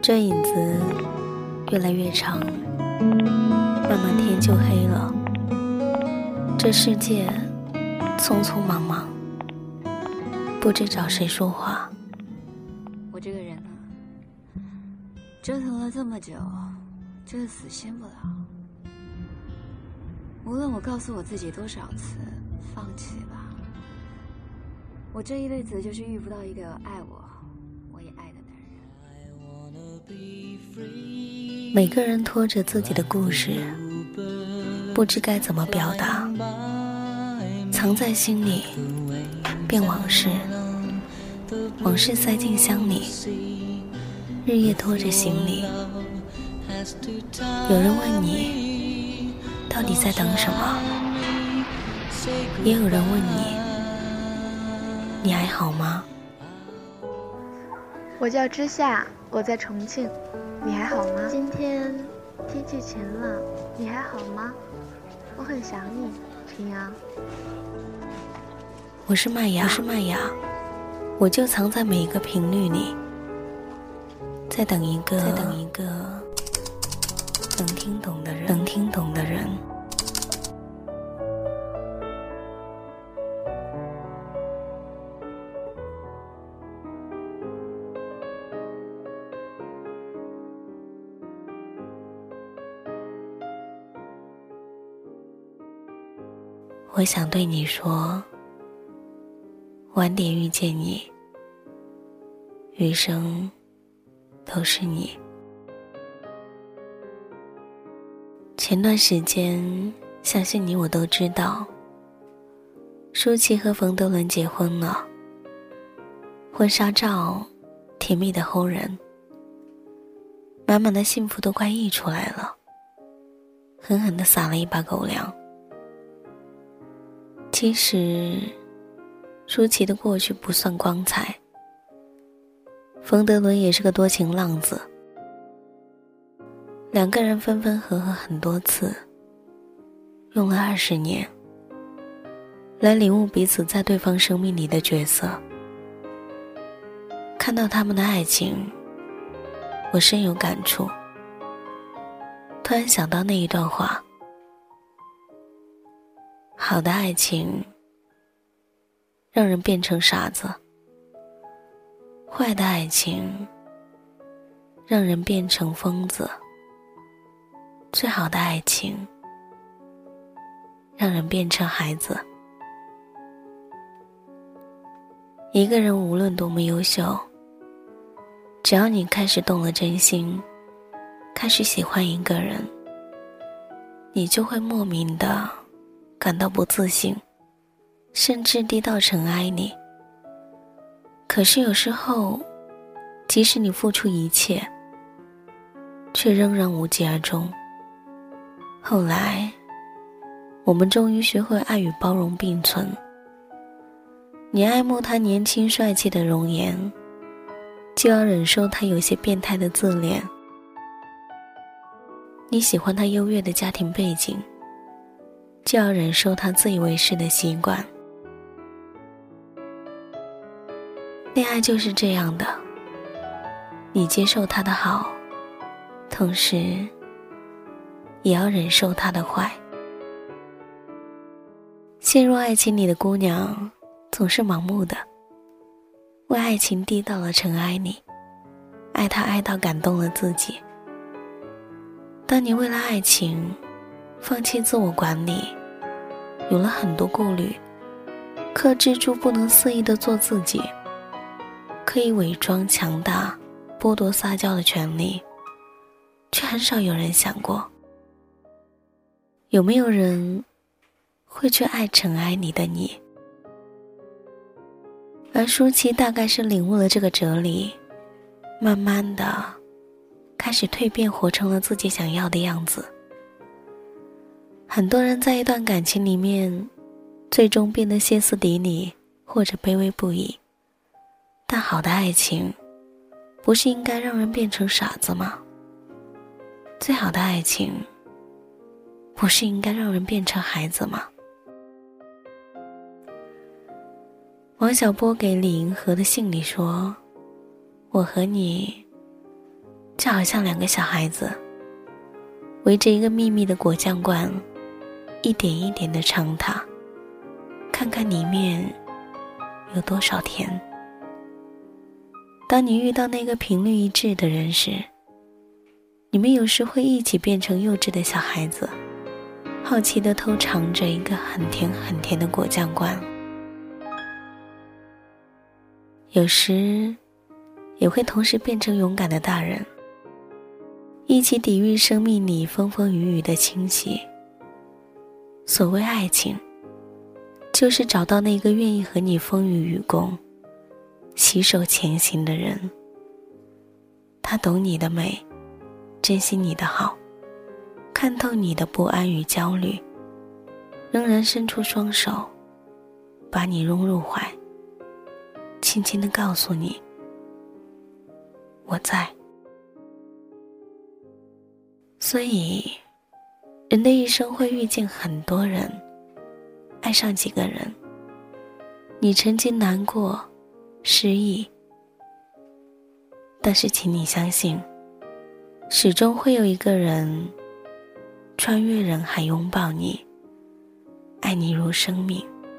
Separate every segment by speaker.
Speaker 1: 这影子越来越长，慢慢天就黑了。这世界匆匆忙忙，不知找谁说话。
Speaker 2: 我这个人呢，折腾了这么久，就是死心不了。无论我告诉我自己多少次放弃吧，我这一辈子就是遇不到一个爱我也爱的男人。
Speaker 1: 每个人拖着自己的故事，不知该怎么表达，藏在心里变往事，往事塞进箱里，日夜拖着行李。有人问你到底在等什么，也有人问你还好吗？
Speaker 3: 我叫之夏，我在重庆，你还好吗？今天天气晴了，你还好吗？我很想你，平阳。
Speaker 1: 我是麦芽，我就藏在每一个频率里，在等一个能听懂的人。我想对你说，晚点遇见你，余生都是你。前段时间，相信你我都知道，舒淇和冯德伦结婚了。婚纱照，甜蜜的齁人，满满的幸福都快溢出来了，狠狠地撒了一把狗粮。其实舒淇的过去不算光彩，冯德伦也是个多情浪子，两个人分分合合很多次，用了20年来领悟彼此在对方生命里的角色。看到他们的爱情，我深有感触，突然想到那一段话：好的爱情让人变成傻子，坏的爱情让人变成疯子，最好的爱情让人变成孩子。一个人无论多么优秀，只要你开始动了真心，开始喜欢一个人，你就会莫名的感到不自信，甚至低到尘埃里。可是有时候，即使你付出一切，却仍然无疾而终。后来，我们终于学会爱与包容并存。你爱慕他年轻帅气的容颜，就要忍受他有些变态的自恋。你喜欢他优越的家庭背景，就要忍受他自以为是的习惯。恋爱就是这样的，你接受他的好，同时也要忍受他的坏。陷入爱情里的姑娘总是盲目的，为爱情低到了尘埃里，爱他爱到感动了自己。当你为了爱情放弃自我管理，有了很多顾虑，克制住不能肆意的做自己，可以伪装强大，剥夺撒娇的权利，却很少有人想过，有没有人会去爱尘埃里的你。而舒淇大概是领悟了这个哲理，慢慢的开始蜕变，活成了自己想要的样子。很多人在一段感情里面最终变得歇斯底里或者卑微不已，但好的爱情不是应该让人变成傻子吗？最好的爱情不是应该让人变成孩子吗？王小波给李银河的信里说，我和你就好像2个小孩子围着一个秘密的果酱罐，一点一点地尝它，看看里面有多少甜。当你遇到那个频率一致的人时，你们有时会一起变成幼稚的小孩子，好奇地偷尝着一个很甜很甜的果酱罐。有时也会同时变成勇敢的大人，一起抵御生命里风风雨雨的侵袭。所谓爱情，就是找到那个愿意和你风雨与共，携手前行的人。他懂你的美，珍惜你的好，看透你的不安与焦虑，仍然伸出双手，把你拥入怀，轻轻地告诉你，我在。所以，人的一生会遇见很多人，爱上几个人。你曾经难过、失意，但是请你相信，始终会有一个人穿越人海拥抱你，爱你如生命。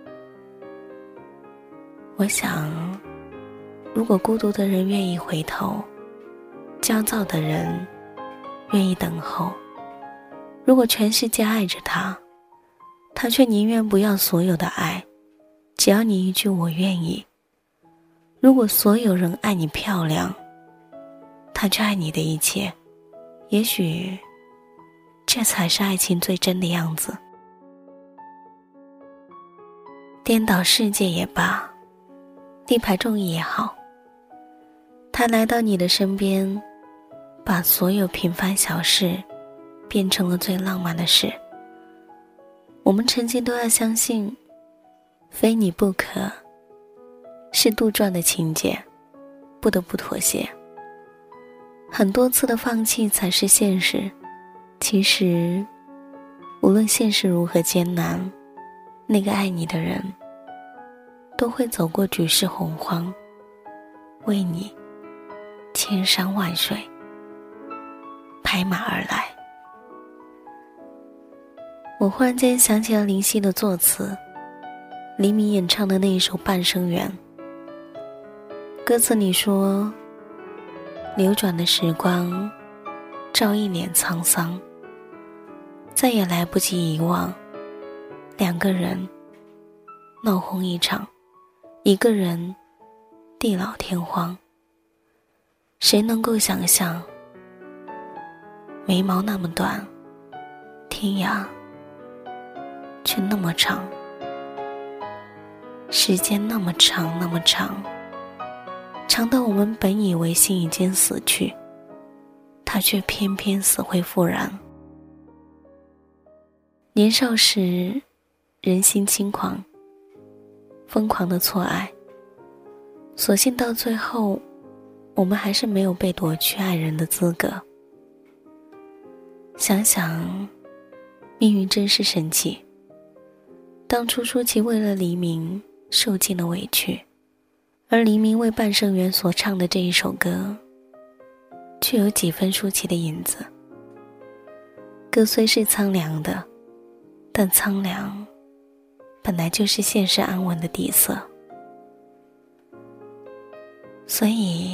Speaker 1: 我想，如果孤独的人愿意回头，焦躁的人愿意等候，如果全世界爱着他，他却宁愿不要所有的爱，只要你一句我愿意。如果所有人爱你漂亮，他却爱你的一切，也许这才是爱情最真的样子。颠倒世界也罢，力排众议也好，他来到你的身边，把所有平凡小事变成了最浪漫的事。我们曾经都要相信，非你不可是杜撰的情节，不得不妥协。很多次的放弃才是现实。其实，无论现实如何艰难，那个爱你的人都会走过举世洪荒，为你千山万水拍马而来。我忽然间想起了林夕的作词，黎明演唱的那一首《半生缘》。歌词里说，流转的时光照一脸沧桑，再也来不及遗忘。2个人闹哄一场，一个人地老天荒。谁能够想象，眉毛那么短，天涯却那么长，时间那么长那么长，长到我们本以为心已经死去，它却偏偏死灰复燃。年少时人心轻狂，疯狂的错爱，所幸到最后我们还是没有被夺去爱人的资格。想想命运真是神奇，当初舒淇为了黎明受尽了委屈，而黎明为半生缘所唱的这一首歌却有几分舒淇的影子。歌虽是苍凉的，但苍凉本来就是现实安稳的底色。所以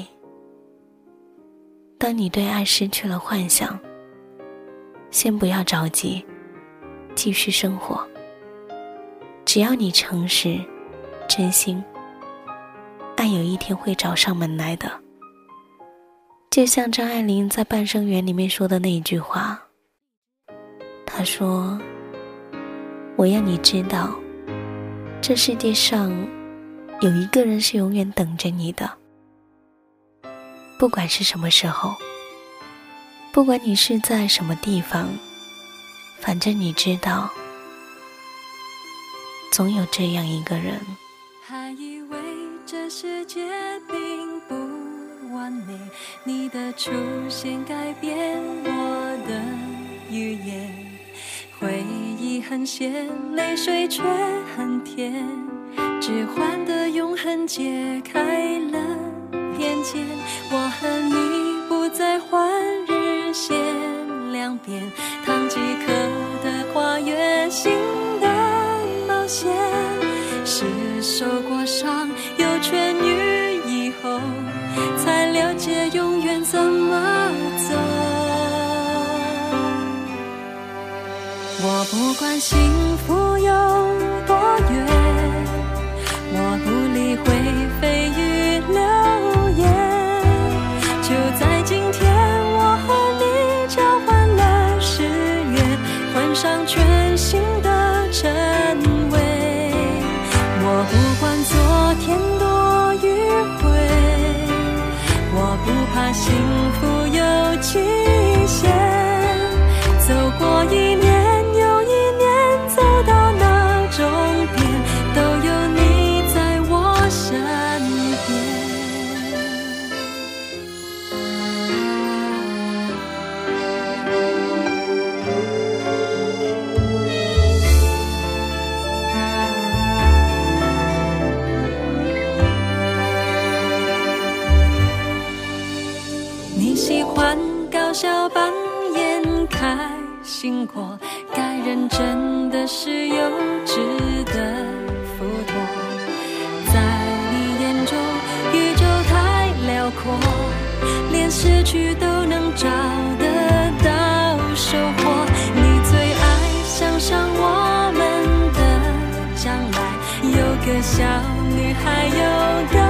Speaker 1: 当你对爱失去了幻想，先不要着急，继续生活。只要你诚实真心，爱有一天会找上门来的。就像张爱玲在《半生缘》里面说的那一句话，她说，我要你知道，这世界上有一个人是永远等着你的，不管是什么时候，不管你是在什么地方，反正你知道，总有这样一个人。
Speaker 4: 还以为这世界并不完美，你的出现改变我的语言，回忆很咸，泪水却很甜，只换得永恒解开了偏见。我和你不不再换日线两边，堂几何的跨越新的冒险，是受过伤又痊愈以后，才了解永远怎么走。我不管幸福有多远，我不理会蜚语流言，就在今天我和你交换了誓约，换上全新的称谓。我不管昨天多迂回，我不怕幸福有期限，走过一年又一年，走到那终点，都有你在我身边。你喜欢搞笑扮演开心过，该认真的事幼稚的付托，在你眼中宇宙太辽阔，连失去都能找得到收获。你最爱想象我们的将来，有个小女孩，有个